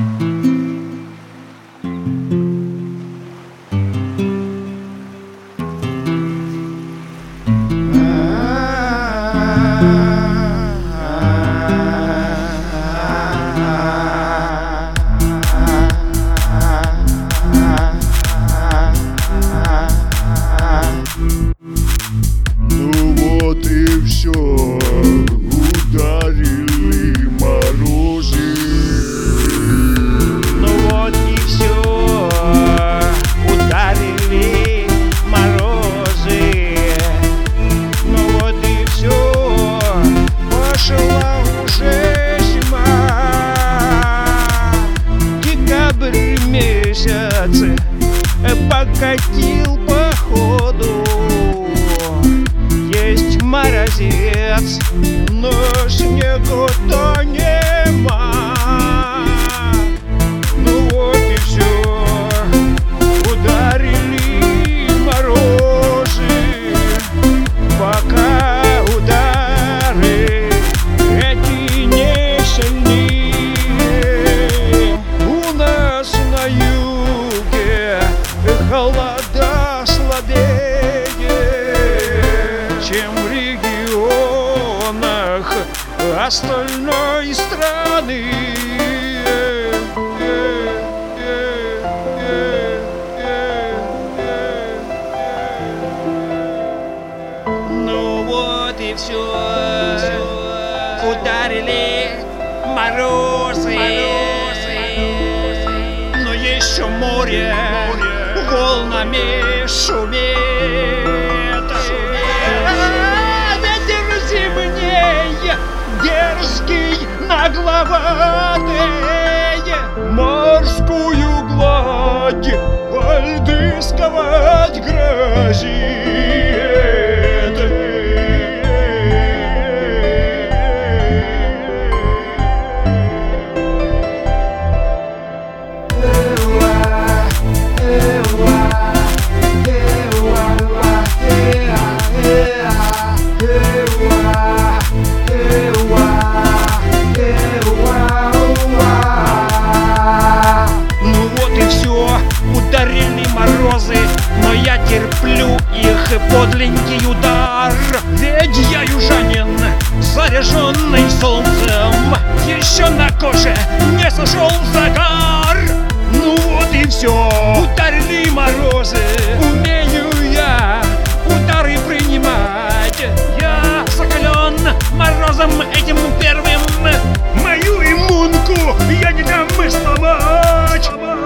Покатил походу. Есть морозец, но снегу-то нема. Ну вот и все, ударили морозы. Пока удары эти не сильнее. У нас на юге холода слабее, чем в регионах остальной страны. Ну вот и все, ударили морозы. Но еще море волнами шумит. Ветер зимней, дерзкий, нагловатый, морскую гладь во льды сковать грозит. Ударили морозы, но я терплю их подленький удар. Ведь я южанин, заряженный солнцем, еще на коже не сошел загар. Ну вот и все, ударили морозы, умею я удары принимать. Я закален морозом этим первым, мою иммунку я не дам сломать.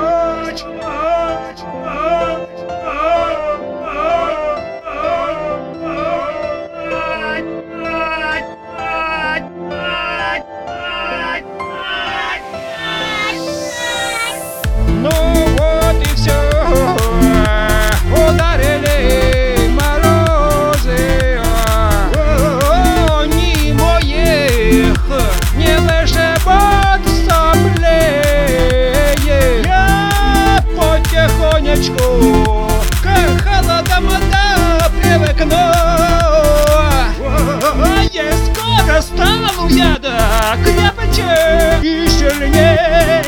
Ну вот и все, ударили морозы. Не моих не выживут сомлее. Я потихонечку к холодам привыкну. И скоро стану я крепче и сильнее.